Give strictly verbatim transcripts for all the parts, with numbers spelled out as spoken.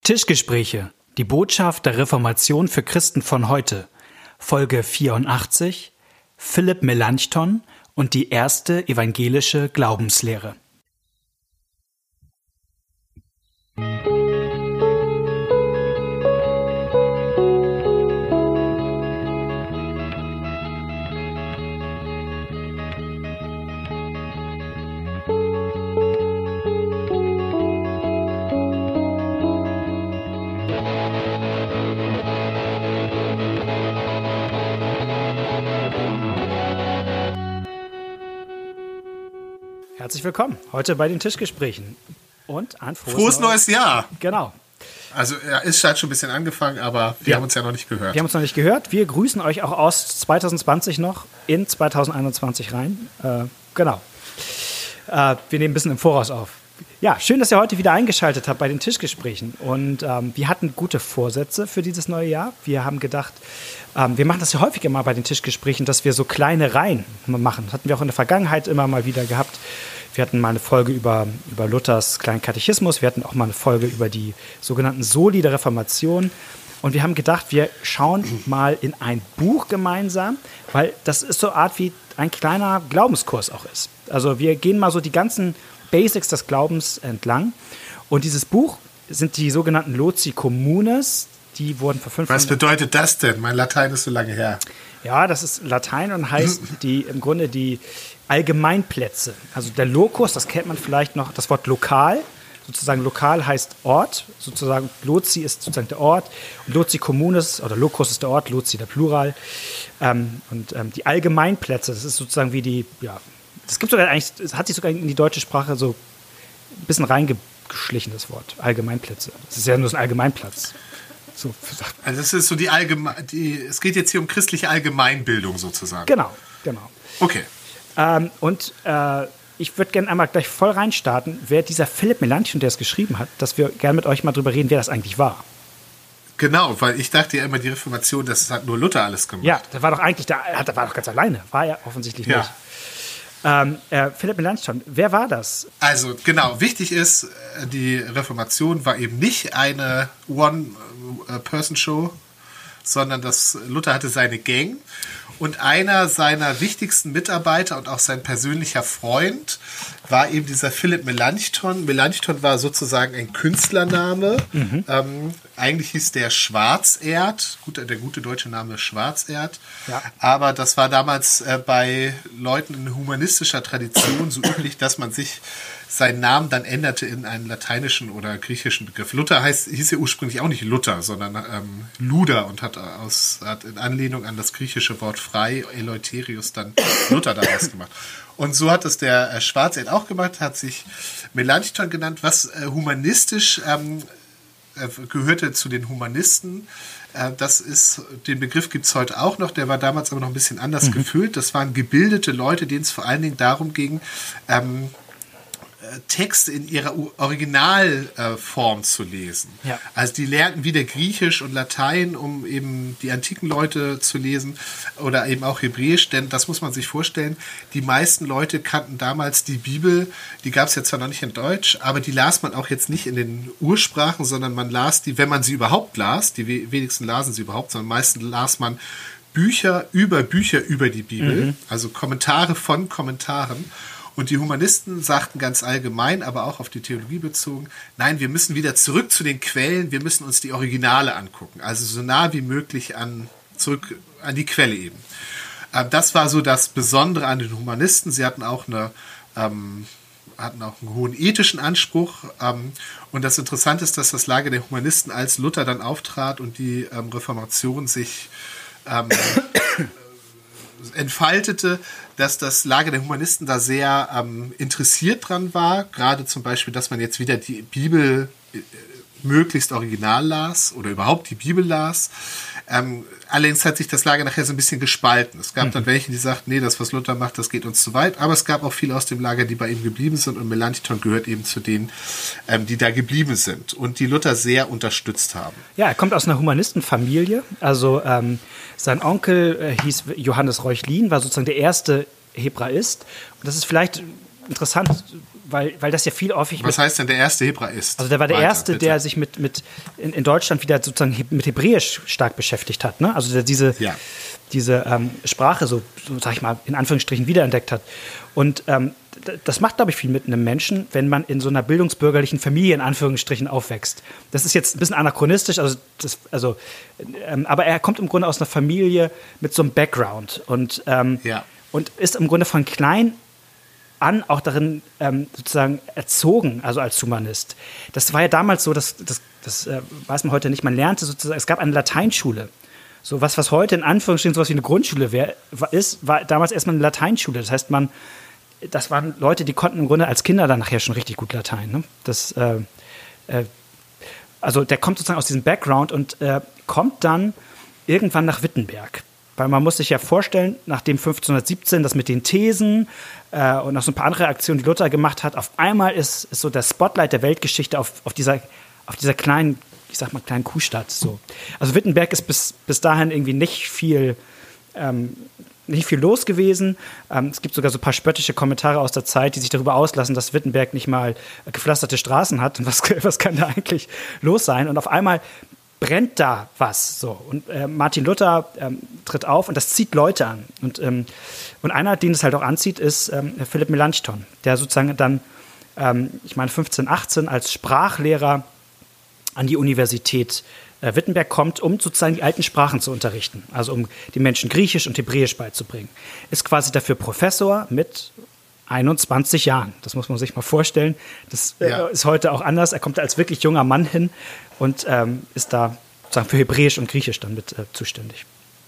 Tischgespräche, die Botschaft der Reformation für Christen von heute, Folge vierundachtzig, Philipp Melanchthon und die erste evangelische Glaubenslehre. Herzlich willkommen heute bei den Tischgesprächen und ein frohes, frohes neues, neues Jahr. Genau. Also ja, ist halt schon ein bisschen angefangen, aber wir ja. haben uns ja noch nicht gehört. Wir haben uns noch nicht gehört. Wir grüßen euch auch aus zwanzig zwanzig noch in zwanzig einundzwanzig rein. Äh, genau. Äh, wir nehmen ein bisschen im Voraus auf. Ja, schön, dass ihr heute wieder eingeschaltet habt bei den Tischgesprächen. Und ähm, wir hatten gute Vorsätze für dieses neue Jahr. Wir haben gedacht, ähm, wir machen das ja häufiger mal bei den Tischgesprächen, dass wir so kleine Reihen machen. Das hatten wir auch in der Vergangenheit immer mal wieder gehabt. Wir hatten mal eine Folge über, über Luthers kleinen Katechismus. Wir hatten auch mal eine Folge über die sogenannten Soli der Reformation. Und wir haben gedacht, wir schauen mal in ein Buch gemeinsam, weil das ist so eine Art wie ein kleiner Glaubenskurs auch ist. Also wir gehen mal so die ganzen Basics des Glaubens entlang. Und dieses Buch sind die sogenannten Loci Communes. Die wurden vor fünfhundert. Was bedeutet das denn? Mein Latein ist so lange her. Ja, das ist Latein und heißt die im Grunde die Allgemeinplätze. Also der Locus, das kennt man vielleicht noch, das Wort lokal. Sozusagen lokal heißt Ort. Sozusagen Loci ist sozusagen der Ort. Und Loci Communes oder Locus ist der Ort, Loci der Plural. Ähm, und ähm, die Allgemeinplätze, das ist sozusagen wie die, ja, das gibt sogar eigentlich, das hat sich sogar in die deutsche Sprache so ein bisschen reingeschlichen, das Wort. Allgemeinplätze. Das ist ja nur so ein Allgemeinplatz. So. Also das ist so die allgemein, die, es geht jetzt hier um christliche Allgemeinbildung sozusagen. Genau, genau. Okay. Ähm, und äh, ich würde gerne einmal gleich voll reinstarten, wer dieser Philipp Melanchthon, der es geschrieben hat, dass wir gerne mit euch mal drüber reden, wer das eigentlich war. Genau, weil ich dachte ja immer, die Reformation, das hat nur Luther alles gemacht. Ja, der war doch eigentlich, der, der war doch ganz alleine, war er offensichtlich ja. nicht. Ähm, äh, Philipp Melanchthon, wer war das? Also genau, wichtig ist, die Reformation war eben nicht eine One-Person-Show, sondern das Luther hatte seine Gang. Und einer seiner wichtigsten Mitarbeiter und auch sein persönlicher Freund war eben dieser Philipp Melanchthon. Melanchthon war sozusagen ein Künstlername. Mhm. Ähm, eigentlich hieß der Schwarzerd. Gut, der gute deutsche Name ist Schwarzerd. Ja. Aber das war damals äh, bei Leuten in humanistischer Tradition so üblich, dass man sich seinen Namen dann änderte in einen lateinischen oder griechischen Begriff. Luther heißt, hieß ja ursprünglich auch nicht Luther, sondern ähm, Luder und hat, aus, hat in Anlehnung an das griechische Wort frei, Eleutherius, dann Luther daraus gemacht. Und so hat es der äh, Schwarzerd auch gemacht, hat sich Melanchthon genannt, was äh, humanistisch ähm, äh, gehörte zu den Humanisten. Äh, das ist, den Begriff gibt es heute auch noch, der war damals aber noch ein bisschen anders mhm. gefüllt. Das waren gebildete Leute, denen es vor allen Dingen darum ging, ähm, Texte in ihrer Originalform äh, zu lesen. Ja. Also die lernten wieder Griechisch und Latein, um eben die antiken Leute zu lesen oder eben auch Hebräisch, denn das muss man sich vorstellen, die meisten Leute kannten damals die Bibel, die gab es ja zwar noch nicht in Deutsch, aber die las man auch jetzt nicht in den Ursprachen, sondern man las die, wenn man sie überhaupt las, die wenigsten lasen sie überhaupt, sondern meistens las man Bücher über Bücher über die Bibel, mhm. also Kommentare von Kommentaren. Und die Humanisten sagten ganz allgemein, aber auch auf die Theologie bezogen, nein, wir müssen wieder zurück zu den Quellen, wir müssen uns die Originale angucken. Also so nah wie möglich an, zurück an die Quelle eben. Ähm, das war so das Besondere an den Humanisten. Sie hatten auch, eine, ähm, hatten auch einen hohen ethischen Anspruch. Ähm, und das Interessante ist, dass das Lager der Humanisten, als Luther dann auftrat und die ähm, Reformation sich ähm, entfaltete, dass das Lager der Humanisten da sehr ähm, interessiert dran war. Gerade zum Beispiel, dass man jetzt wieder die Bibel äh, möglichst original las oder überhaupt die Bibel las. Ähm, allerdings hat sich das Lager nachher so ein bisschen gespalten. Es gab mhm. dann welche, die sagten, nee, das, was Luther macht, das geht uns zu weit. Aber es gab auch viele aus dem Lager, die bei ihm geblieben sind. Und Melanchthon gehört eben zu denen, ähm, die da geblieben sind und die Luther sehr unterstützt haben. Ja, er kommt aus einer Humanistenfamilie. Also ähm, sein Onkel äh, hieß Johannes Reuchlin, war sozusagen der erste Hebraist. Und das ist vielleicht interessant, weil, weil das ja viel häufig. Was heißt denn der erste Hebraist? Also der war der Weiter, erste, bitte. der sich mit, mit in, in Deutschland wieder sozusagen mit Hebräisch stark beschäftigt hat. Ne? Also der diese, Ja. diese ähm, Sprache so, so, sag ich mal, in Anführungsstrichen wiederentdeckt hat. Und ähm, d- das macht, glaube ich, viel mit einem Menschen, wenn man in so einer bildungsbürgerlichen Familie in Anführungsstrichen aufwächst. Das ist jetzt ein bisschen anachronistisch, also, das, also ähm, aber er kommt im Grunde aus einer Familie mit so einem Background und, ähm, Ja. und ist im Grunde von klein an auch darin ähm, sozusagen erzogen, also als Humanist. Das war ja damals so, dass, das, das äh, weiß man heute nicht, man lernte sozusagen, es gab eine Lateinschule. So was, was heute in Anführungsstrichen sowas wie eine Grundschule wär, war, ist, war damals erstmal eine Lateinschule. Das heißt, man, das waren Leute, die konnten im Grunde als Kinder dann nachher schon richtig gut Latein. Ne? Das, äh, äh, also der kommt sozusagen aus diesem Background und äh, kommt dann irgendwann nach Wittenberg. Weil man muss sich ja vorstellen, nachdem fünfzehnhundertsiebzehn das mit den Thesen äh, und noch so ein paar andere Aktionen, die Luther gemacht hat, auf einmal ist, ist so der Spotlight der Weltgeschichte auf, auf, dieser, auf dieser kleinen, ich sag mal, kleinen Kuhstadt. So. Also Wittenberg ist bis, bis dahin irgendwie nicht viel, ähm, nicht viel los gewesen. Ähm, es gibt sogar so ein paar spöttische Kommentare aus der Zeit, die sich darüber auslassen, dass Wittenberg nicht mal gepflasterte Straßen hat. Und was, was kann da eigentlich los sein? Und auf einmal brennt da was. So. Und äh, Martin Luther ähm, tritt auf und das zieht Leute an. Und, ähm, und einer, den es halt auch anzieht, ist ähm, Philipp Melanchthon, der sozusagen dann, ähm, ich meine, fünfzehnhundertachtzehn als Sprachlehrer an die Universität äh, Wittenberg kommt, um sozusagen die alten Sprachen zu unterrichten. Also um den Menschen Griechisch und Hebräisch beizubringen. Ist quasi dafür Professor mit einundzwanzig Jahren. Das muss man sich mal vorstellen. Das äh, Ja. ist heute auch anders. Er kommt als wirklich junger Mann hin und ähm, ist da sozusagen für Hebräisch und Griechisch dann mit äh, zuständig.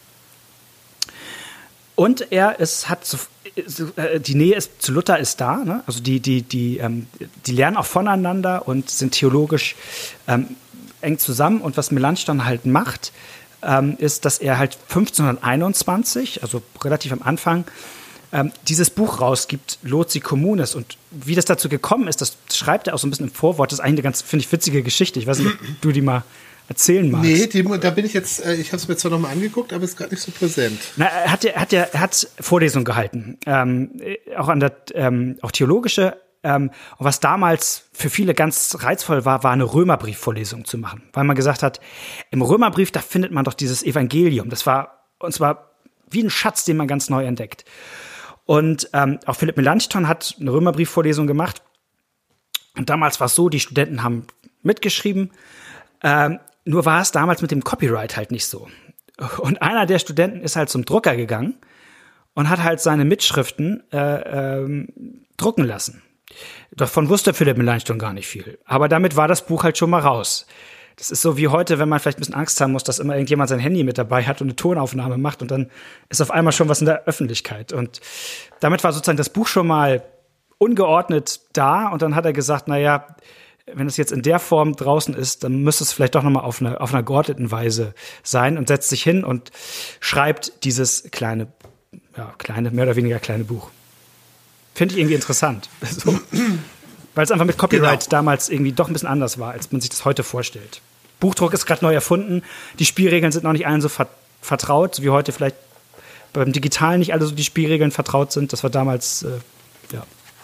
Und er ist, hat so, äh, die Nähe ist, zu Luther ist da. Ne? Also die, die, die, ähm, die lernen auch voneinander und sind theologisch ähm, eng zusammen. Und was Melanchthon halt macht, ähm, ist, dass er halt fünfzehnhunderteinundzwanzig, also relativ am Anfang, ähm, dieses Buch rausgibt, Loci Communis. Und wie das dazu gekommen ist, das schreibt er auch so ein bisschen im Vorwort. Das ist eigentlich eine ganz, finde ich, witzige Geschichte. Ich weiß nicht, ob du die mal erzählen magst. Nee, die, da bin ich jetzt, äh, ich habe es mir zwar nochmal angeguckt, aber es ist gerade nicht so präsent. Na, er hat, ja- er hat, ja- er hat Vorlesungen gehalten, ähm, auch an der, ähm, auch theologische. Ähm, und was damals für viele ganz reizvoll war, war eine Römerbriefvorlesung zu machen, weil man gesagt hat, im Römerbrief da findet man doch dieses Evangelium. Das war und zwar wie ein Schatz, den man ganz neu entdeckt. Und ähm, auch Philipp Melanchthon hat eine Römerbriefvorlesung gemacht. Und damals war es so, die Studenten haben mitgeschrieben. Ähm, nur war es damals mit dem Copyright halt nicht so. Und einer der Studenten ist halt zum Drucker gegangen und hat halt seine Mitschriften äh, ähm, drucken lassen. Davon wusste Philipp Melanchthon gar nicht viel. Aber damit war das Buch halt schon mal raus. Das ist so wie heute, wenn man vielleicht ein bisschen Angst haben muss, dass immer irgendjemand sein Handy mit dabei hat und eine Tonaufnahme macht und dann ist auf einmal schon was in der Öffentlichkeit. Und damit war sozusagen das Buch schon mal ungeordnet da und dann hat er gesagt, naja, wenn es jetzt in der Form draußen ist, dann müsste es vielleicht doch nochmal auf einer auf einer geordneten Weise sein und setzt sich hin und schreibt dieses kleine, ja, kleine, mehr oder weniger kleine Buch. Finde ich irgendwie interessant. So. Weil es einfach mit Copyright Genau. damals irgendwie doch ein bisschen anders war, als man sich das heute vorstellt. Buchdruck ist gerade neu erfunden. Die Spielregeln sind noch nicht allen so ver- vertraut, wie heute vielleicht beim Digitalen nicht alle so die Spielregeln vertraut sind. Das war damals, äh, ja.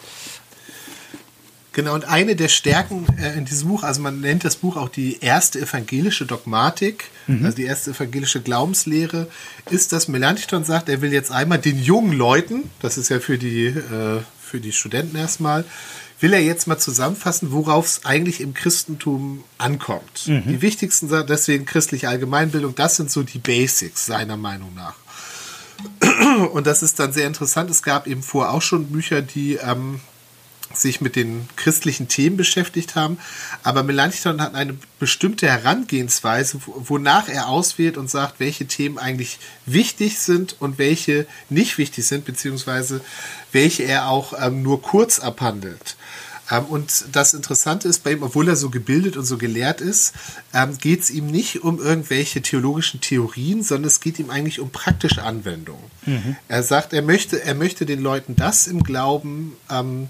Genau, und eine der Stärken äh, in diesem Buch, also man nennt das Buch auch die erste evangelische Dogmatik, mhm. also die erste evangelische Glaubenslehre, ist, dass Melanchthon sagt, er will jetzt einmal den jungen Leuten, das ist ja für die, äh, für die Studenten erstmal, will er jetzt mal zusammenfassen, worauf es eigentlich im Christentum ankommt. Mhm. Die wichtigsten Sachen, deswegen christliche Allgemeinbildung, das sind so die Basics seiner Meinung nach. Und das ist dann sehr interessant. Es gab eben vorher auch schon Bücher, die ähm, sich mit den christlichen Themen beschäftigt haben. Aber Melanchthon hat eine bestimmte Herangehensweise, wonach er auswählt und sagt, welche Themen eigentlich wichtig sind und welche nicht wichtig sind, beziehungsweise welche er auch ähm, nur kurz abhandelt. Ähm, und das Interessante ist bei ihm, obwohl er so gebildet und so gelehrt ist, ähm, geht es ihm nicht um irgendwelche theologischen Theorien, sondern es geht ihm eigentlich um praktische Anwendungen. Mhm. Er sagt, er möchte, er möchte den Leuten das im Glauben ähm,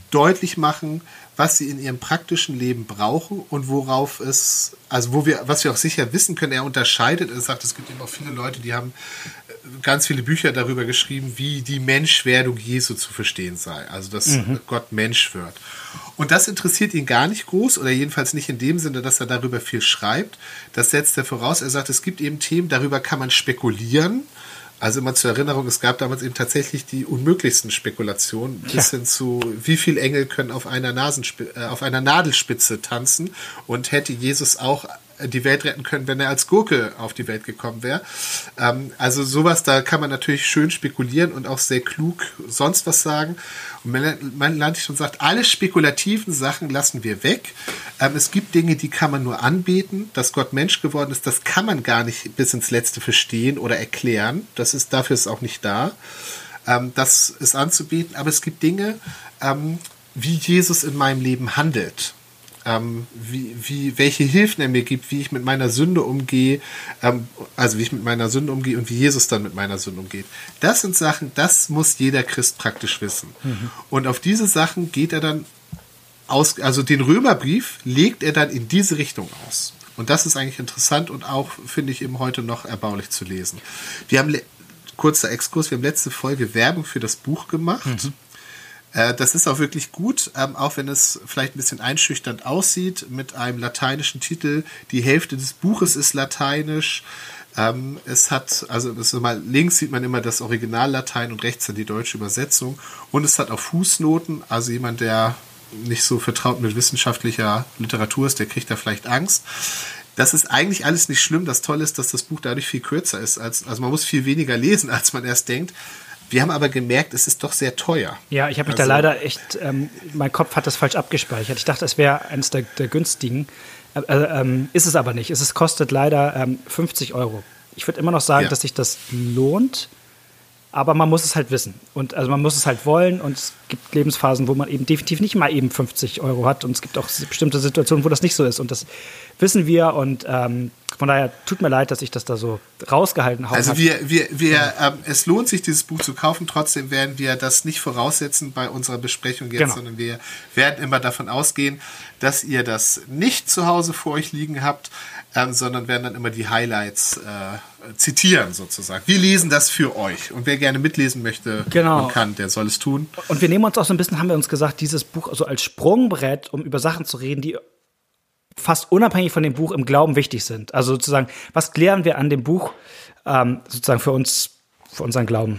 deutlich machen, was sie in ihrem praktischen Leben brauchen und worauf es, also wo wir, was wir auch sicher wissen können, er unterscheidet, er sagt, es gibt eben auch viele Leute, die haben ganz viele Bücher darüber geschrieben, wie die Menschwerdung Jesu zu verstehen sei, also dass mhm. Gott Mensch wird. Und das interessiert ihn gar nicht groß oder jedenfalls nicht in dem Sinne, dass er darüber viel schreibt. Das setzt er voraus. Er sagt, es gibt eben Themen, darüber kann man spekulieren. Also immer zur Erinnerung, es gab damals eben tatsächlich die unmöglichsten Spekulationen, bis ja. hin zu, wie viele Engel können auf einer, Nasenspitze, äh, auf einer Nadelspitze tanzen und hätte Jesus auch die Welt retten können, wenn er als Gurke auf die Welt gekommen wäre. Ähm, also sowas, da kann man natürlich schön spekulieren und auch sehr klug sonst was sagen. Und mein Land schon sagt, alle spekulativen Sachen lassen wir weg. Ähm, es gibt Dinge, die kann man nur anbeten. Dass Gott Mensch geworden ist, das kann man gar nicht bis ins Letzte verstehen oder erklären. Das ist, dafür ist auch nicht da. Ähm, das ist anzubeten. Aber es gibt Dinge, ähm, wie Jesus in meinem Leben handelt. Ähm, wie, wie, welche Hilfen er mir gibt, wie ich mit meiner Sünde umgehe, ähm, also wie ich mit meiner Sünde umgehe und wie Jesus dann mit meiner Sünde umgeht. Das sind Sachen, das muss jeder Christ praktisch wissen. Mhm. Und auf diese Sachen geht er dann aus, also den Römerbrief legt er dann in diese Richtung aus. Und das ist eigentlich interessant und auch, finde ich, eben heute noch erbaulich zu lesen. Wir haben, kurzer Exkurs, wir haben letzte Folge Werbung für das Buch gemacht. Mhm. Das ist auch wirklich gut, auch wenn es vielleicht ein bisschen einschüchternd aussieht, mit einem lateinischen Titel. Die Hälfte des Buches ist lateinisch. Es hat, also das ist mal, links sieht man immer das Original Latein und rechts dann die deutsche Übersetzung. Und es hat auch Fußnoten, also jemand, der nicht so vertraut mit wissenschaftlicher Literatur ist, der kriegt da vielleicht Angst. Das ist eigentlich alles nicht schlimm. Das Tolle ist, dass das Buch dadurch viel kürzer ist. Als, also man muss viel weniger lesen, als man erst denkt. Wir haben aber gemerkt, es ist doch sehr teuer. Ja, ich habe mich also, da leider echt, ähm, mein Kopf hat das falsch abgespeichert. Ich dachte, es wäre eines der, der günstigen. Äh, ähm, ist es aber nicht. Es ist, kostet leider ähm, fünfzig Euro. Ich würde immer noch sagen, ja. dass sich das lohnt, aber man muss es halt wissen. Und also man muss es halt wollen und es gibt Lebensphasen, wo man eben definitiv nicht mal eben fünfzig Euro hat und es gibt auch bestimmte Situationen, wo das nicht so ist und das wissen wir und ähm, von daher tut mir leid, dass ich das da so rausgehalten habe. Also wir, wir, wir, ja. ähm, es lohnt sich, dieses Buch zu kaufen. Trotzdem werden wir das nicht voraussetzen bei unserer Besprechung jetzt, genau. sondern wir werden immer davon ausgehen, dass ihr das nicht zu Hause vor euch liegen habt, ähm, sondern werden dann immer die Highlights äh, zitieren sozusagen. Wir lesen das für euch und wer gerne mitlesen möchte genau. und kann, der soll es tun. Und wir nehmen uns auch so ein bisschen, haben wir uns gesagt, dieses Buch also als Sprungbrett, um über Sachen zu reden, die fast unabhängig von dem Buch im Glauben wichtig sind. Also sozusagen, was klären wir an dem Buch ähm, sozusagen für uns, für unseren Glauben?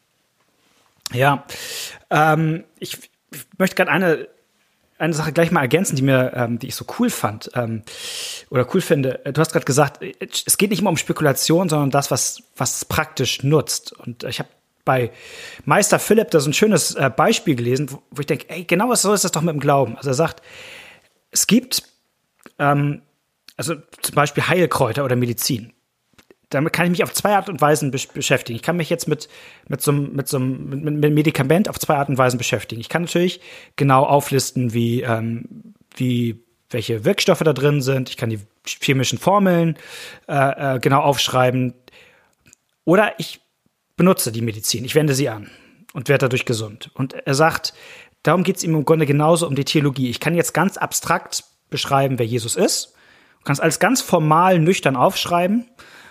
Ja, ähm, ich, ich möchte gerade eine, eine Sache gleich mal ergänzen, die mir, ähm, die ich so cool fand ähm, oder cool finde. Du hast gerade gesagt, es geht nicht immer um Spekulation, sondern das, was was es praktisch nutzt. Und ich habe bei Meister Philipp da so ein schönes äh, Beispiel gelesen, wo, wo ich denke, ey, genau so ist das doch mit dem Glauben. Also er sagt, es gibt Ähm, also zum Beispiel Heilkräuter oder Medizin. Damit kann ich mich auf zwei Art und Weisen besch- beschäftigen. Ich kann mich jetzt mit, mit so einem mit so einem mit, mit Medikament auf zwei Art und Weisen beschäftigen. Ich kann natürlich genau auflisten, wie, ähm, wie welche Wirkstoffe da drin sind. Ich kann die chemischen Formeln äh, äh, genau aufschreiben. Oder ich benutze die Medizin. Ich wende sie an und werde dadurch gesund. Und er sagt, darum geht es ihm im Grunde genauso um die Theologie. Ich kann jetzt ganz abstrakt beschreiben, wer Jesus ist. Du kannst alles ganz formal, nüchtern aufschreiben.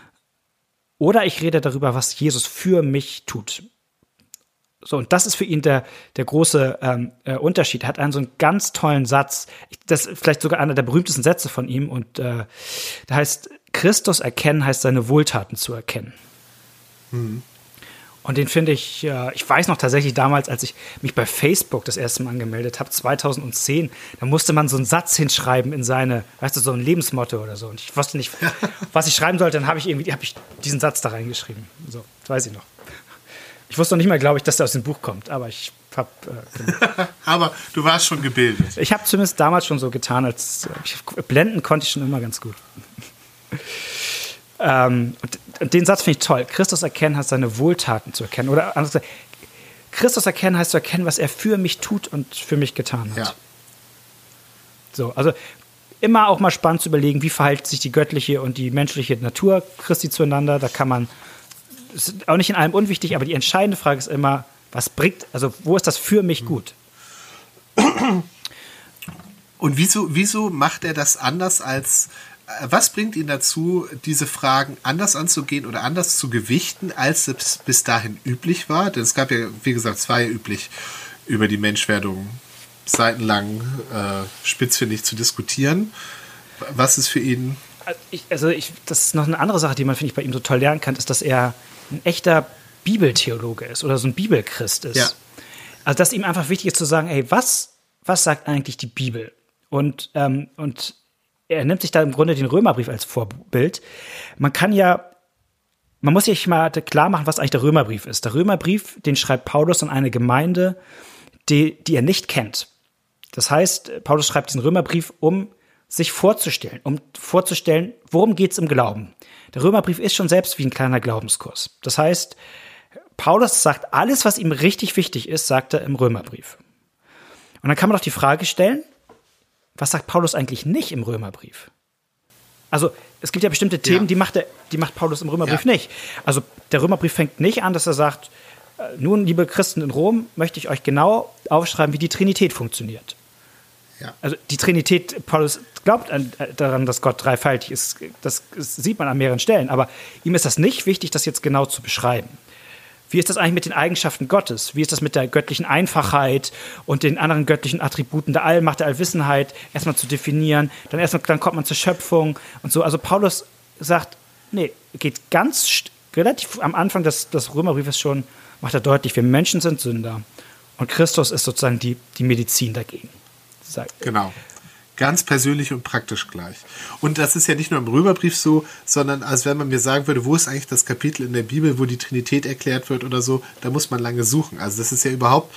Oder ich rede darüber, was Jesus für mich tut. So, und das ist für ihn der, der große ähm, äh, Unterschied. Er hat einen so einen ganz tollen Satz. Das ist vielleicht sogar einer der berühmtesten Sätze von ihm. Und äh, der heißt, Christus erkennen heißt seine Wohltaten zu erkennen. Mhm. Und den finde ich, äh, ich weiß noch tatsächlich damals, als ich mich bei Facebook das erste Mal angemeldet habe, zweitausendzehn, da musste man so einen Satz hinschreiben in seine, weißt du, so ein Lebensmotto oder so. Und ich wusste nicht, was ich schreiben sollte. Dann habe ich irgendwie, habe ich diesen Satz da reingeschrieben. So, das weiß ich noch. Ich wusste noch nicht mal, glaube ich, dass der aus dem Buch kommt, aber ich habe. Äh, aber du warst schon gebildet. Ich habe zumindest damals schon so getan, als ich, blenden konnte ich schon immer ganz gut. Ähm, und, und den Satz finde ich toll. Christus erkennen heißt seine Wohltaten zu erkennen. Oder anders gesagt, Christus erkennen heißt zu erkennen, was er für mich tut und für mich getan hat. Ja. So, also immer auch mal spannend zu überlegen, wie verhält sich die göttliche und die menschliche Natur Christi zueinander. Da kann man, ist auch nicht in allem unwichtig, aber die entscheidende Frage ist immer, was bringt, also wo ist das für mich gut? Und wieso, wieso macht er das anders als, was bringt ihn dazu, diese Fragen anders anzugehen oder anders zu gewichten, als es bis dahin üblich war? Denn es gab ja, wie gesagt, es war ja üblich, über die Menschwerdung seitenlang äh, spitzfindig zu diskutieren. Was ist für ihn... Also, ich, also ich, das ist noch eine andere Sache, die man, finde ich, bei ihm so toll lernen kann, ist, dass er ein echter Bibeltheologe ist oder so ein Bibelchrist ist. Ja. Also dass ihm einfach wichtig ist zu sagen, hey, was, was sagt eigentlich die Bibel? Und, ähm, und er nimmt sich da im Grunde den Römerbrief als Vorbild. Man kann ja, man muss sich mal klar machen, was eigentlich der Römerbrief ist. Der Römerbrief, den schreibt Paulus an eine Gemeinde, die, die er nicht kennt. Das heißt, Paulus schreibt diesen Römerbrief, um sich vorzustellen, um vorzustellen, worum geht es im Glauben. Der Römerbrief ist schon selbst wie ein kleiner Glaubenskurs. Das heißt, Paulus sagt alles, was ihm richtig wichtig ist, sagt er im Römerbrief. Und dann kann man doch die Frage stellen, was sagt Paulus eigentlich nicht im Römerbrief? Also es gibt ja bestimmte Themen, ja. die, macht er, die macht Paulus im Römerbrief ja. nicht. Also der Römerbrief fängt nicht an, dass er sagt, nun, liebe Christen in Rom, möchte ich euch genau aufschreiben, wie die Trinität funktioniert. Ja. Also die Trinität, Paulus glaubt an, daran, dass Gott dreifaltig ist. Das, das sieht man an mehreren Stellen. Aber ihm ist das nicht wichtig, das jetzt genau zu beschreiben. Wie ist das eigentlich mit den Eigenschaften Gottes? Wie ist das mit der göttlichen Einfachheit und den anderen göttlichen Attributen der Allmacht, der Allwissenheit erstmal zu definieren? Dann erstmal, dann kommt man zur Schöpfung und so. Also Paulus sagt, nee, geht ganz relativ am Anfang des, des Römerbriefes schon, macht er deutlich, wir Menschen sind Sünder. Und Christus ist sozusagen die, die Medizin dagegen. Genau. Ganz persönlich und praktisch gleich. Und das ist ja nicht nur im Römerbrief so, sondern als wenn man mir sagen würde, wo ist eigentlich das Kapitel in der Bibel, wo die Trinität erklärt wird oder so, da muss man lange suchen. Also das ist ja überhaupt,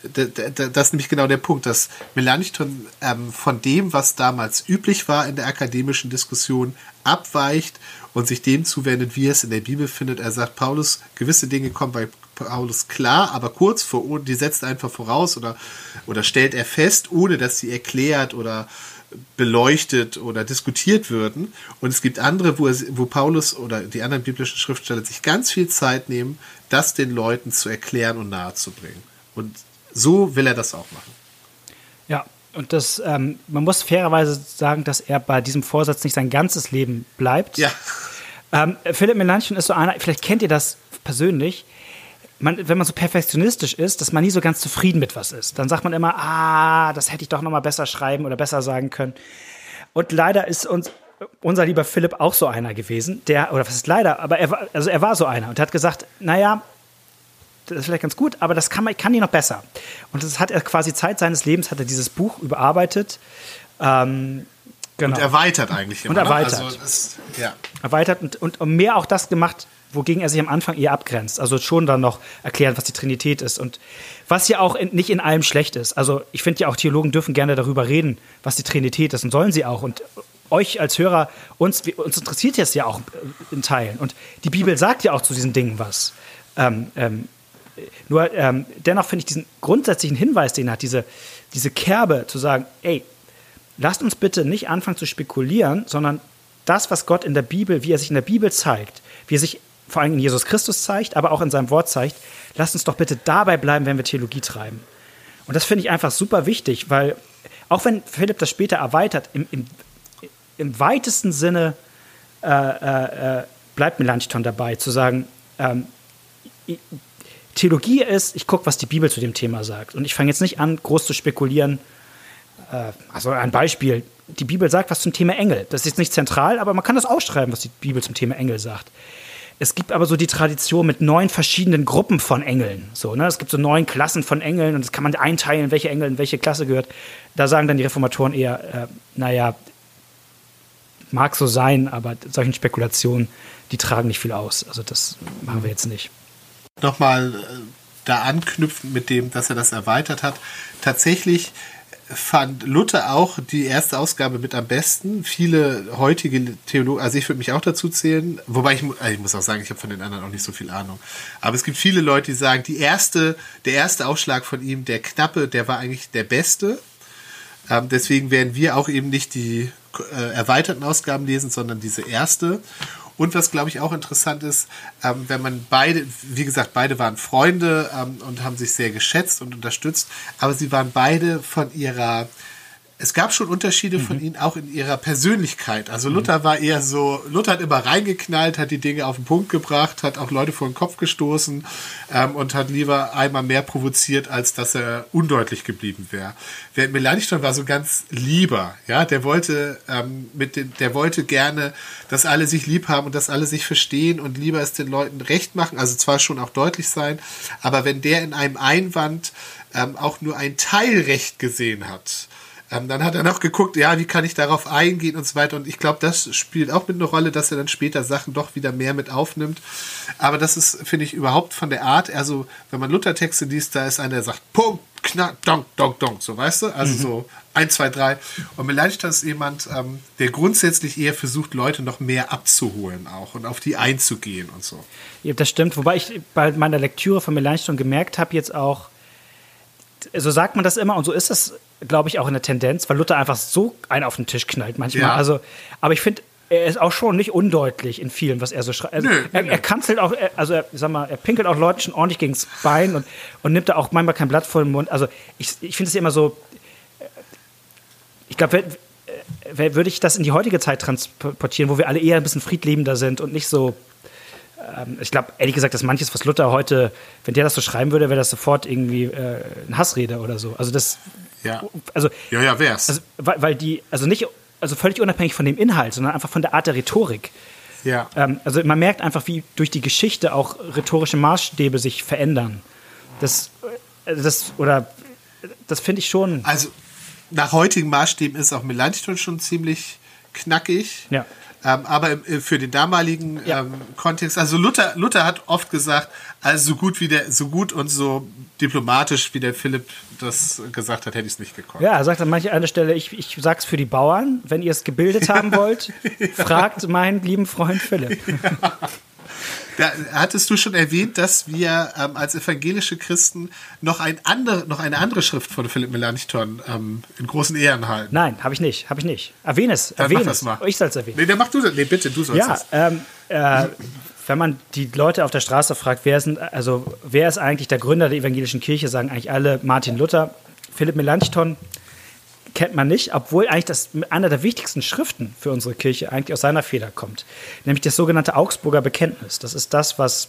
das ist nämlich genau der Punkt, dass Melanchthon ähm, von dem, was damals üblich war in der akademischen Diskussion, abweicht und sich dem zuwendet, wie er es in der Bibel findet. Er sagt, Paulus, gewisse Dinge kommen bei Paulus klar, aber kurz vor, die setzt er einfach voraus oder, oder stellt er fest, ohne dass sie erklärt oder beleuchtet oder diskutiert würden. Und es gibt andere, wo, er, wo Paulus oder die anderen biblischen Schriftsteller sich ganz viel Zeit nehmen, das den Leuten zu erklären und nahezubringen. Und so will er das auch machen. Ja, und das, ähm, man muss fairerweise sagen, dass er bei diesem Vorsatz nicht sein ganzes Leben bleibt. Ja. Ähm, Philipp Melanchthon ist so einer, vielleicht kennt ihr das persönlich, Man, wenn man so perfektionistisch ist, dass man nie so ganz zufrieden mit was ist. Dann sagt man immer, ah, das hätte ich doch noch mal besser schreiben oder besser sagen können. Und leider ist uns unser lieber Philipp auch so einer gewesen, der, oder was ist leider, aber er war, also er war so einer und hat gesagt, naja, das ist vielleicht ganz gut, aber das kann man, kann ich noch besser. Und das hat er quasi Zeit seines Lebens, hat er dieses Buch überarbeitet. Ähm, genau. Und erweitert eigentlich immer. Und erweitert. Also das, ja. Erweitert und, und mehr auch das gemacht, wogegen er sich am Anfang eher abgrenzt. Also schon dann noch erklärt, was die Trinität ist. Und was ja auch in, nicht in allem schlecht ist. Also ich finde ja auch, Theologen dürfen gerne darüber reden, was die Trinität ist. Und sollen sie auch. Und euch als Hörer, uns, uns interessiert es ja auch in Teilen. Und die Bibel sagt ja auch zu diesen Dingen was. Ähm, ähm, nur ähm, dennoch finde ich diesen grundsätzlichen Hinweis, den er hat, diese, diese Kerbe zu sagen, ey, lasst uns bitte nicht anfangen zu spekulieren, sondern das, was Gott in der Bibel, wie er sich in der Bibel zeigt, wie er sich vor allem in Jesus Christus zeigt, aber auch in seinem Wort zeigt, lasst uns doch bitte dabei bleiben, wenn wir Theologie treiben. Und das finde ich einfach super wichtig, weil auch wenn Philipp das später erweitert, im, im, im weitesten Sinne äh, äh, bleibt Melanchthon dabei, zu sagen, ähm, Theologie ist, ich gucke, was die Bibel zu dem Thema sagt. Und ich fange jetzt nicht an, groß zu spekulieren. Äh, also ein Beispiel, die Bibel sagt was zum Thema Engel. Das ist jetzt nicht zentral, aber man kann das ausschreiben, was die Bibel zum Thema Engel sagt. Es gibt aber so die Tradition mit neun verschiedenen Gruppen von Engeln. So, ne? Es gibt so neun Klassen von Engeln und das kann man einteilen, welche Engel in welche Klasse gehört. Da sagen dann die Reformatoren eher, äh, naja, mag so sein, aber solchen Spekulationen, die tragen nicht viel aus. Also das machen wir jetzt nicht. Nochmal äh, da anknüpfen mit dem, dass er das erweitert hat. Tatsächlich fand Luther auch die erste Ausgabe mit am besten. Viele heutige Theologen, also ich würde mich auch dazu zählen, wobei ich, ich muss auch sagen, ich habe von den anderen auch nicht so viel Ahnung. Aber es gibt viele Leute, die sagen, die erste, der erste Aufschlag von ihm, der knappe, der war eigentlich der beste. Ähm, deswegen werden wir auch eben nicht die äh, erweiterten Ausgaben lesen, sondern diese erste. Und was, glaube ich, auch interessant ist, ähm, wenn man beide, wie gesagt, beide waren Freunde ähm, und haben sich sehr geschätzt und unterstützt, aber sie waren beide von ihrer, es gab schon Unterschiede mhm. von ihnen auch in ihrer Persönlichkeit. Also mhm. Luther war eher so, Luther hat immer reingeknallt, hat die Dinge auf den Punkt gebracht, hat auch Leute vor den Kopf gestoßen ähm, und hat lieber einmal mehr provoziert, als dass er undeutlich geblieben wäre. Während Melanchthon war so ganz lieber, ja, der wollte ähm, mit den, der wollte gerne, dass alle sich lieb haben und dass alle sich verstehen und lieber es den Leuten recht machen, also zwar schon auch deutlich sein, aber wenn der in einem Einwand ähm, auch nur ein Teilrecht gesehen hat, Ähm, dann hat er noch geguckt, ja, wie kann ich darauf eingehen und so weiter. Und ich glaube, das spielt auch mit einer Rolle, dass er dann später Sachen doch wieder mehr mit aufnimmt. Aber das ist, finde ich, überhaupt von der Art, also wenn man Luther-Texte liest, da ist einer, der sagt, Punkt, knack, donk, donk, donk, so, weißt du? Also mhm. so eins, zwei, drei. Und Melanchthon ist jemand, ähm, der grundsätzlich eher versucht, Leute noch mehr abzuholen auch und auf die einzugehen und so. Ja, das stimmt. Wobei ich bei meiner Lektüre von Melanchthon gemerkt habe, jetzt auch, so sagt man das immer und so ist es, glaube ich, auch in der Tendenz, weil Luther einfach so einen auf den Tisch knallt manchmal. Ja. Also, aber ich finde, er ist auch schon nicht undeutlich in vielen, was er so schreibt. Also, nö, er, nö. er kanzelt auch, er, also er, sag mal, er pinkelt auch Leuten schon ordentlich gegens Bein und, und nimmt da auch manchmal kein Blatt vor den Mund. Also ich, ich finde es immer so, ich glaube, würde ich das in die heutige Zeit transportieren, wo wir alle eher ein bisschen friedliebender sind und nicht so, ähm, ich glaube, ehrlich gesagt, dass manches, was Luther heute, wenn der das so schreiben würde, wäre das sofort irgendwie äh, eine Hassrede oder so. Also das Ja, also, ja, ja, wär's. Also, weil, weil die, also nicht, also völlig unabhängig von dem Inhalt, sondern einfach von der Art der Rhetorik. Ja. Ähm, also man merkt einfach, wie durch die Geschichte auch rhetorische Maßstäbe sich verändern. Das, das oder das finde ich schon. Also nach heutigen Maßstäben ist auch Melanchthon schon ziemlich knackig. Ja. Ähm, aber im, für den damaligen ja. ähm, Kontext, also Luther, Luther hat oft gesagt, also so gut wie der, so gut und so diplomatisch wie der Philipp das gesagt hat, hätte ich es nicht gekonnt. Ja, er sagt an mancher einer Stelle, ich, ich sag's für die Bauern, wenn ihr es gebildet haben wollt, ja. fragt meinen lieben Freund Philipp. Ja. Da hattest du schon erwähnt, dass wir ähm, als evangelische Christen noch, ein andere, noch eine andere Schrift von Philipp Melanchthon ähm, in großen Ehren halten. Nein, habe ich nicht, habe ich nicht. Erwähne es, Dann erwähne mach es. das mal. Ich soll es erwähnen. Nee, dann mach du das. Nee, bitte, du sollst ja, es. Ja, ähm, äh, wenn man die Leute auf der Straße fragt, wer ist, also, wer ist eigentlich der Gründer der evangelischen Kirche, sagen eigentlich alle Martin Luther. Philipp Melanchthon kennt man nicht, obwohl eigentlich das einer der wichtigsten Schriften für unsere Kirche eigentlich aus seiner Feder kommt. Nämlich das sogenannte Augsburger Bekenntnis. Das ist das, was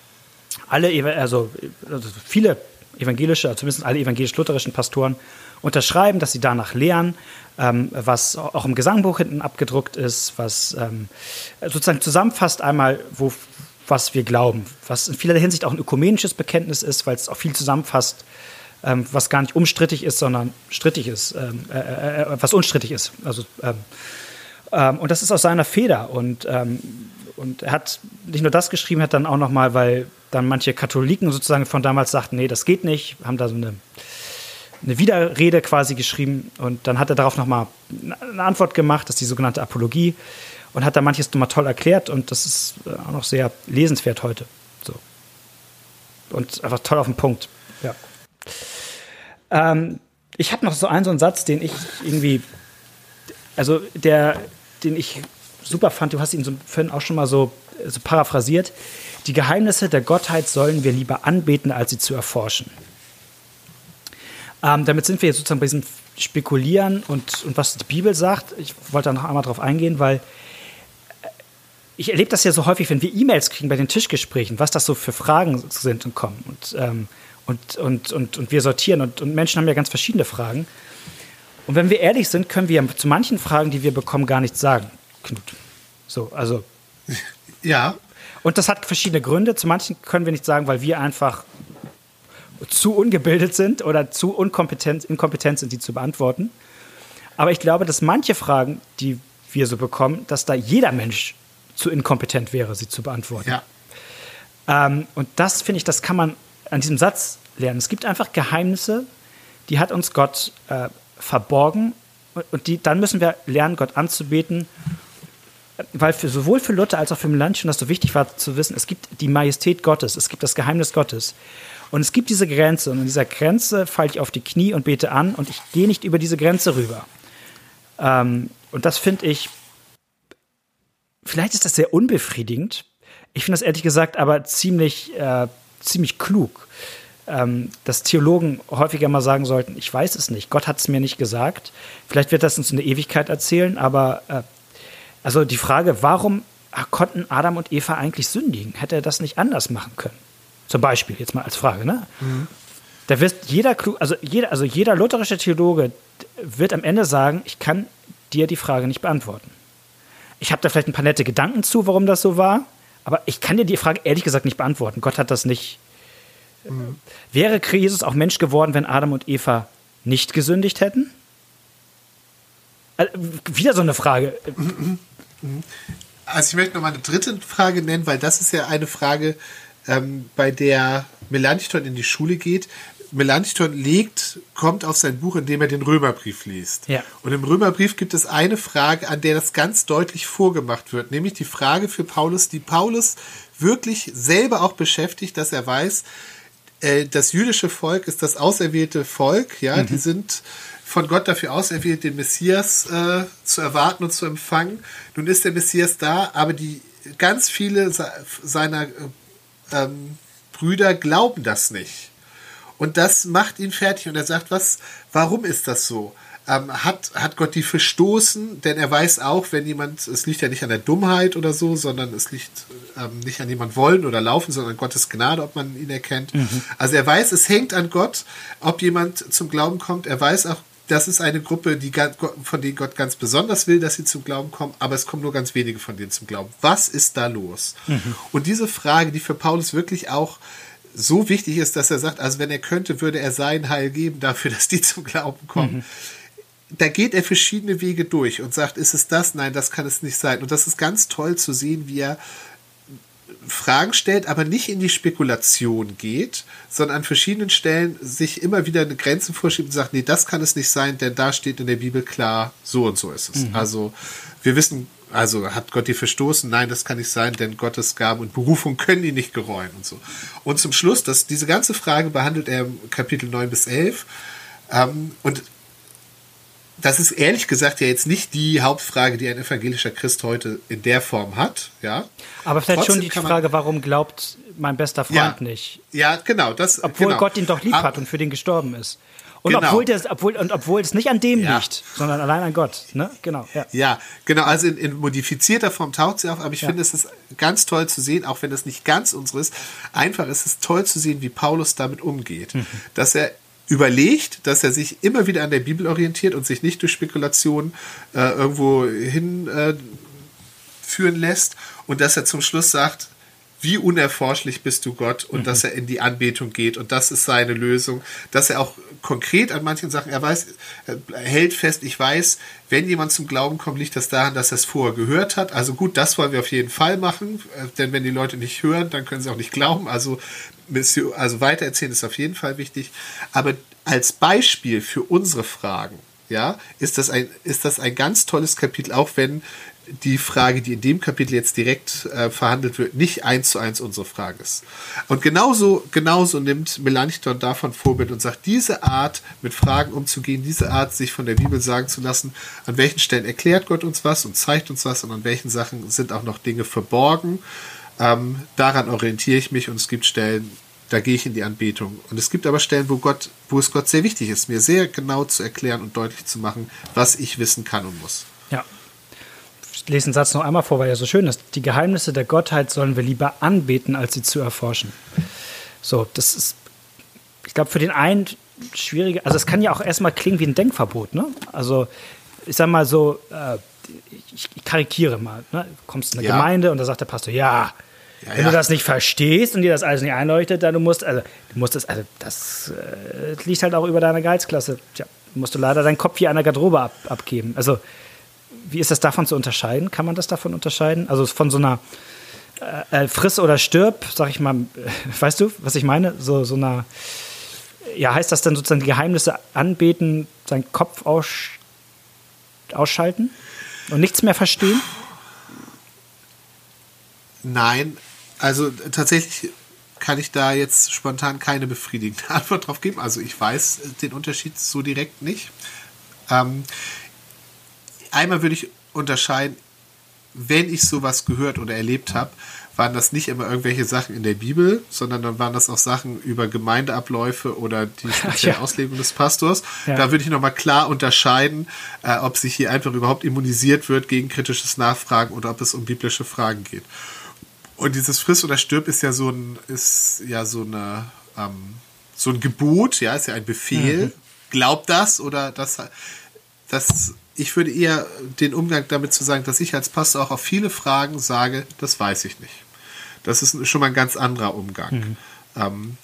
alle, also, also viele evangelische, zumindest alle evangelisch-lutherischen Pastoren unterschreiben, dass sie danach lehren, ähm, was auch im Gesangbuch hinten abgedruckt ist, was ähm, sozusagen zusammenfasst einmal, wo, was wir glauben, was in vielerlei Hinsicht auch ein ökumenisches Bekenntnis ist, weil es auch viel zusammenfasst, ähm, was gar nicht umstrittig ist, sondern strittig ist, ähm, äh, äh, was unstrittig ist. Also, ähm, ähm, und das ist aus seiner Feder. Und, ähm, und er hat nicht nur das geschrieben, hat dann auch noch mal, weil dann manche Katholiken sozusagen von damals sagten, nee, das geht nicht, haben da so eine, eine Widerrede quasi geschrieben. Und dann hat er darauf noch mal eine Antwort gemacht, das ist die sogenannte Apologie. Und hat da manches nochmal toll erklärt. Und das ist auch noch sehr lesenswert heute. So. Und einfach toll auf den Punkt. Ja. Ähm, ich habe noch so einen, so einen Satz, den ich irgendwie, also der, den ich super fand, du hast ihn so vorhin auch schon mal so, so paraphrasiert. Die Geheimnisse der Gottheit sollen wir lieber anbeten, als sie zu erforschen. Ähm, damit sind wir jetzt sozusagen bei diesem Spekulieren und, und was die Bibel sagt. Ich wollte da noch einmal drauf eingehen, weil ich erlebe das ja so häufig, wenn wir E-Mails kriegen bei den Tischgesprächen, was das so für Fragen sind und kommen. Und, ähm, und, und, und, und wir sortieren. Und, und Menschen haben ja ganz verschiedene Fragen. Und wenn wir ehrlich sind, können wir zu manchen Fragen, die wir bekommen, gar nichts sagen, Knut. So, also. Ja. Und das hat verschiedene Gründe. Zu manchen können wir nicht sagen, weil wir einfach zu ungebildet sind oder zu unkompetent, inkompetent sind, die zu beantworten. Aber ich glaube, dass manche Fragen, die wir so bekommen, dass da jeder Mensch zu inkompetent wäre, sie zu beantworten. Ja. Ähm, und das, finde ich, das kann man an diesem Satz lernen. Es gibt einfach Geheimnisse, die hat uns Gott äh, verborgen. Und die, dann müssen wir lernen, Gott anzubeten. Weil für, sowohl für Luther als auch für Melanchthon das so wichtig war zu wissen, es gibt die Majestät Gottes, es gibt das Geheimnis Gottes. Und es gibt diese Grenze. Und in dieser Grenze falle ich auf die Knie und bete an und ich gehe nicht über diese Grenze rüber. Ähm, und das finde ich, vielleicht ist das sehr unbefriedigend. Ich finde das ehrlich gesagt aber ziemlich, äh, ziemlich klug, ähm, dass Theologen häufiger mal sagen sollten, ich weiß es nicht, Gott hat es mir nicht gesagt. Vielleicht wird das uns in der Ewigkeit erzählen, aber äh, also die Frage, warum konnten Adam und Eva eigentlich sündigen? Hätte er das nicht anders machen können? Zum Beispiel, jetzt mal als Frage, ne? Mhm. Da wird jeder, also jeder, also jeder lutherische Theologe wird am Ende sagen, ich kann dir die Frage nicht beantworten. Ich habe da vielleicht ein paar nette Gedanken zu, warum das so war, aber ich kann dir die Frage ehrlich gesagt nicht beantworten. Gott hat das nicht. Mhm. Wäre Jesus auch Mensch geworden, wenn Adam und Eva nicht gesündigt hätten? Also, wieder so eine Frage. Also ich möchte noch mal eine dritte Frage nennen, weil das ist ja eine Frage, ähm, bei der Melanchthon in die Schule geht. Melanchthon legt, kommt auf sein Buch, indem er den Römerbrief liest. Ja. Und im Römerbrief gibt es eine Frage, an der das ganz deutlich vorgemacht wird, nämlich die Frage für Paulus, die Paulus wirklich selber auch beschäftigt, dass er weiß, äh, das jüdische Volk ist das auserwählte Volk, ja, mhm. die sind von Gott dafür auserwählt, den Messias äh, zu erwarten und zu empfangen. Nun ist der Messias da, aber die ganz viele seiner äh, ähm, Brüder glauben das nicht. Und das macht ihn fertig. Und er sagt, was, warum ist das so? Ähm, hat, hat Gott die verstoßen? Denn er weiß auch, wenn jemand, es liegt ja nicht an der Dummheit oder so, sondern es liegt ähm, nicht an jemand wollen oder laufen, sondern an Gottes Gnade, ob man ihn erkennt. Mhm. Also er weiß, es hängt an Gott, ob jemand zum Glauben kommt. Er weiß auch, das ist eine Gruppe, die, von denen Gott ganz besonders will, dass sie zum Glauben kommen, aber es kommen nur ganz wenige von denen zum Glauben. Was ist da los? Mhm. Und diese Frage, die für Paulus wirklich auch so wichtig ist, dass er sagt, also wenn er könnte, würde er sein Heil geben dafür, dass die zum Glauben kommen. Mhm. Da geht er verschiedene Wege durch und sagt, ist es das? Nein, das kann es nicht sein. Und das ist ganz toll zu sehen, wie er Fragen stellt, aber nicht in die Spekulation geht, sondern an verschiedenen Stellen sich immer wieder eine Grenze vorschiebt und sagt, nee, das kann es nicht sein, denn da steht in der Bibel klar, so und so ist es. Mhm. Also wir wissen, also hat Gott die verstoßen? Nein, das kann nicht sein, denn Gottes Gaben und Berufung können ihn nicht gereuen und so. Und zum Schluss, das, diese ganze Frage behandelt er im Kapitel neun bis elf ähm, und das ist ehrlich gesagt ja jetzt nicht die Hauptfrage, die ein evangelischer Christ heute in der Form hat. Ja. Aber vielleicht Trotzdem schon die Frage, warum glaubt mein bester Freund ja, nicht? Ja, genau. Das, obwohl genau. Gott ihn doch lieb hat und für den gestorben ist. Und, genau. obwohl, das, obwohl, und obwohl es nicht an dem ja. liegt, sondern allein an Gott. Ne? Genau. Ja. ja, genau. Also in, in modifizierter Form taucht sie auf. Aber ich ja. finde, es ist ganz toll zu sehen, auch wenn das nicht ganz unseres ist. Einfach ist es toll zu sehen, wie Paulus damit umgeht. Mhm. Dass er überlegt, dass er sich immer wieder an der Bibel orientiert und sich nicht durch Spekulationen äh, irgendwo hinführen äh, lässt und dass er zum Schluss sagt, wie unerforschlich bist du Gott und mhm. dass er in die Anbetung geht und das ist seine Lösung, dass er auch konkret an manchen Sachen, er weiß, er hält fest, ich weiß, wenn jemand zum Glauben kommt, liegt das daran, dass er es vorher gehört hat, also gut, das wollen wir auf jeden Fall machen, denn wenn die Leute nicht hören, dann können sie auch nicht glauben, also Also weitererzählen ist auf jeden Fall wichtig. Aber als Beispiel für unsere Fragen, ja, ist das ein, ist das ein ganz tolles Kapitel, auch wenn die Frage, die in dem Kapitel jetzt direkt äh, verhandelt wird, nicht eins zu eins unsere Frage ist. Und genauso, genauso nimmt Melanchthon davon Vorbild und sagt, diese Art, mit Fragen umzugehen, diese Art, sich von der Bibel sagen zu lassen, an welchen Stellen erklärt Gott uns was und zeigt uns was und an welchen Sachen sind auch noch Dinge verborgen. Ähm, daran orientiere ich mich und es gibt Stellen, da gehe ich in die Anbetung. Und es gibt aber Stellen, wo Gott, wo es Gott sehr wichtig ist, mir sehr genau zu erklären und deutlich zu machen, was ich wissen kann und muss. Ja. Ich lese den Satz noch einmal vor, weil er so schön ist. Die Geheimnisse der Gottheit sollen wir lieber anbeten, als sie zu erforschen. So, das ist, ich glaube, für den einen schwierige, also es kann ja auch erstmal klingen wie ein Denkverbot, ne? Also, ich sag mal so, äh, ich karikiere mal, ne? Du kommst in eine ja. Gemeinde und da sagt der Pastor, ja, ja wenn ja. du das nicht verstehst und dir das alles nicht einleuchtet, dann du musst, also du musst das, also das äh, liegt halt auch über deine Gehaltsklasse. Tja, musst du leider deinen Kopf hier an der Garderobe ab, abgeben. Also wie ist das davon zu unterscheiden? Kann man das davon unterscheiden? Also von so einer äh, Friss oder stirb, sag ich mal, äh, weißt du, was ich meine? So, so einer, ja, heißt das dann sozusagen die Geheimnisse anbeten, seinen Kopf aus, ausschalten? Und nichts mehr verstehen? Nein, also tatsächlich kann ich da jetzt spontan keine befriedigende Antwort drauf geben. Also ich weiß den Unterschied so direkt nicht. Ähm, einmal würde ich unterscheiden, wenn ich sowas gehört oder erlebt habe, waren das nicht immer irgendwelche Sachen in der Bibel, sondern dann waren das auch Sachen über Gemeindeabläufe oder die spezielle ja. Auslegung des Pastors. Ja. Da würde ich nochmal klar unterscheiden, äh, ob sich hier einfach überhaupt immunisiert wird gegen kritisches Nachfragen oder ob es um biblische Fragen geht. Und dieses Friss oder stirb ist ja so ein, ist ja so eine, ähm, so ein Gebot, ja, ist ja ein Befehl. Mhm. Glaubt das oder das, das, ich würde eher den Umgang damit zu sagen, dass ich als Pastor auch auf viele Fragen sage, das weiß ich nicht. Das ist schon mal ein ganz anderer Umgang. Mhm. Ähm,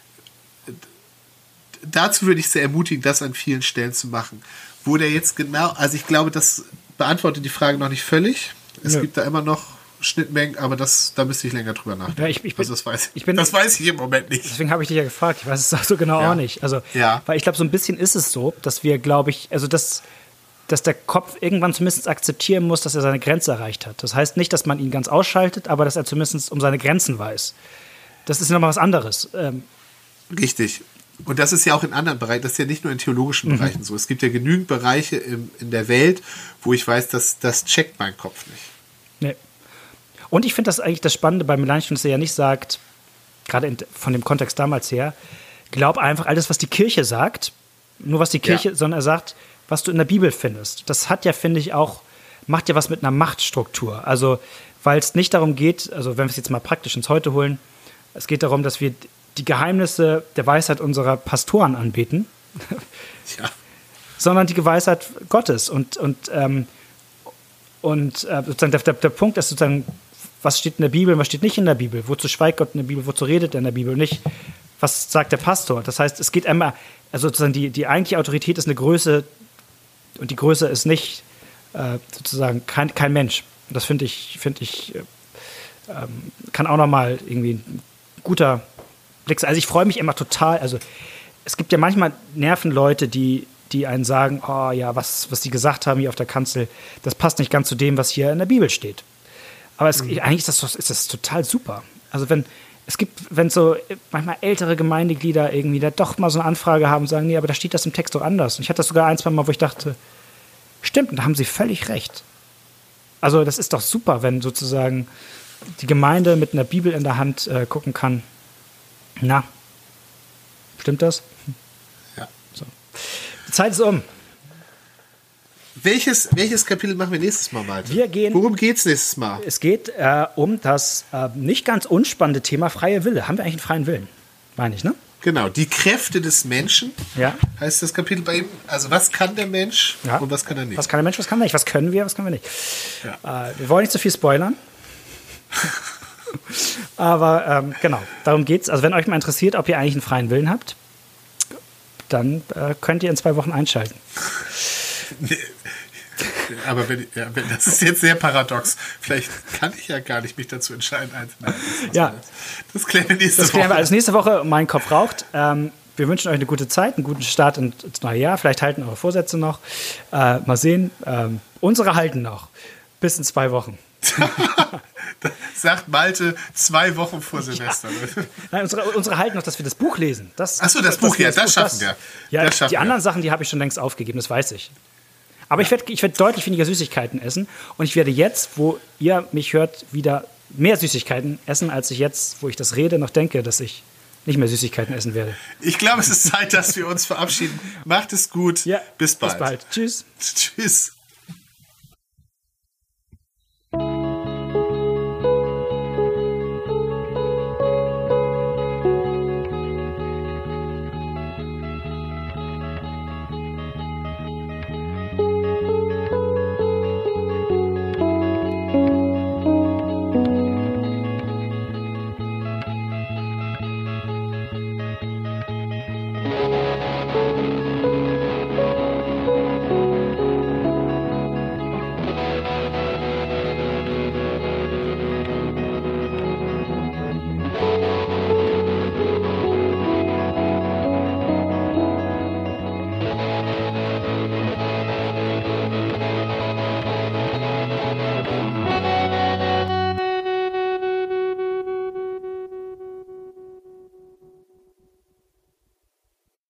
dazu würde ich sehr ermutigen, das an vielen Stellen zu machen. Wo der jetzt genau, also ich glaube, das beantwortet die Frage noch nicht völlig. Es ja. gibt da immer noch Schnittmengen, aber das, da müsste ich länger drüber nachdenken. Ja, ich, ich bin, also das, weiß, ich bin, das weiß ich im Moment nicht. Deswegen habe ich dich ja gefragt. Ich weiß es so genau ja. auch nicht. Also, ja. Weil ich glaube, so ein bisschen ist es so, dass wir, glaube ich, also dass, dass der Kopf irgendwann zumindest akzeptieren muss, dass er seine Grenze erreicht hat. Das heißt nicht, dass man ihn ganz ausschaltet, aber dass er zumindest um seine Grenzen weiß. Das ist nochmal was anderes. Ähm, Richtig. Und das ist ja auch in anderen Bereichen, das ist ja nicht nur in theologischen mhm. Bereichen so. Es gibt ja genügend Bereiche im, in der Welt, wo ich weiß, dass das checkt mein Kopf nicht. Nee. Und ich finde das eigentlich das Spannende bei Melanchthon, dass er ja nicht sagt, gerade von dem Kontext damals her, glaub einfach alles, was die Kirche sagt, nur was die Kirche, ja. sondern er sagt, was du in der Bibel findest. Das hat ja, finde ich, auch, macht ja was mit einer Machtstruktur. Also, weil es nicht darum geht, also wenn wir es jetzt mal praktisch ins Heute holen, es geht darum, dass wir die Geheimnisse der Weisheit unserer Pastoren anbeten, ja. sondern die Weisheit Gottes. Und, und, ähm, und äh, sozusagen der, der, der Punkt ist sozusagen, was steht in der Bibel und was steht nicht in der Bibel? Wozu schweigt Gott in der Bibel? Wozu redet er in der Bibel? Nicht, was sagt der Pastor? Das heißt, es geht einmal, also sozusagen die, die eigentliche Autorität ist eine Größe und die Größe ist nicht äh, sozusagen kein, kein Mensch. Und das finde ich, finde ich, äh, ähm, kann auch nochmal irgendwie ein guter Blick sein. Also ich freue mich immer total, also es gibt ja manchmal Nervenleute, die, die einen sagen, oh ja, was, was die gesagt haben hier auf der Kanzel, das passt nicht ganz zu dem, was hier in der Bibel steht. Aber es, mhm. eigentlich ist das, ist das total super. Also wenn es gibt, wenn so manchmal ältere Gemeindeglieder irgendwie da doch mal so eine Anfrage haben und sagen, nee, aber da steht das im Text doch anders. Und ich hatte das sogar ein, zwei Mal, wo ich dachte, stimmt, und da haben sie völlig recht. Also das ist doch super, wenn sozusagen die Gemeinde mit einer Bibel in der Hand äh, gucken kann. Na, stimmt das? Ja. So. Die Zeit ist um. Welches, welches Kapitel machen wir nächstes Mal, Malte? Wir gehen, Worum geht es nächstes Mal? Es geht äh, um das äh, nicht ganz unspannende Thema freie Wille. Haben wir eigentlich einen freien Willen? Meine ich, ne? Genau, die Kräfte des Menschen, ja. heißt das Kapitel bei ihm. Also was kann der Mensch ja. und was kann er nicht? Was kann der Mensch, was kann er nicht? Was können wir, was können wir nicht? Ja. Äh, wir wollen nicht zu viel spoilern. Aber ähm, genau, darum geht's. Also wenn euch mal interessiert, ob ihr eigentlich einen freien Willen habt, dann äh, könnt ihr in zwei Wochen einschalten. Nee. Aber wenn, ja, wenn, das ist jetzt sehr paradox. Vielleicht kann ich ja gar nicht mich dazu entscheiden. Nein, das, ja. das klären wir nächste das klären Woche. Wir alles nächste Woche. Mein Kopf raucht. Ähm, wir wünschen euch eine gute Zeit, einen guten Start ins neue Jahr. Vielleicht halten eure Vorsätze noch. Äh, mal sehen. Ähm, unsere halten noch. Bis in zwei Wochen. Sagt Malte zwei Wochen vor Silvester. Ja. Nein, unsere, unsere halten noch, dass wir das Buch lesen. Das, Achso, das, das Buch, ja, das, das schaffen wir. Ja, das schaffen die anderen wir. Sachen, die habe ich schon längst aufgegeben, das weiß ich. Aber ja. ich werde ich werd deutlich weniger Süßigkeiten essen. Und ich werde jetzt, wo ihr mich hört, wieder mehr Süßigkeiten essen, als ich jetzt, wo ich das rede, noch denke, dass ich nicht mehr Süßigkeiten essen werde. Ich glaube, es ist Zeit, dass wir uns verabschieden. Macht es gut. Ja, bis bald. Bis bald. Tschüss. Tschüss.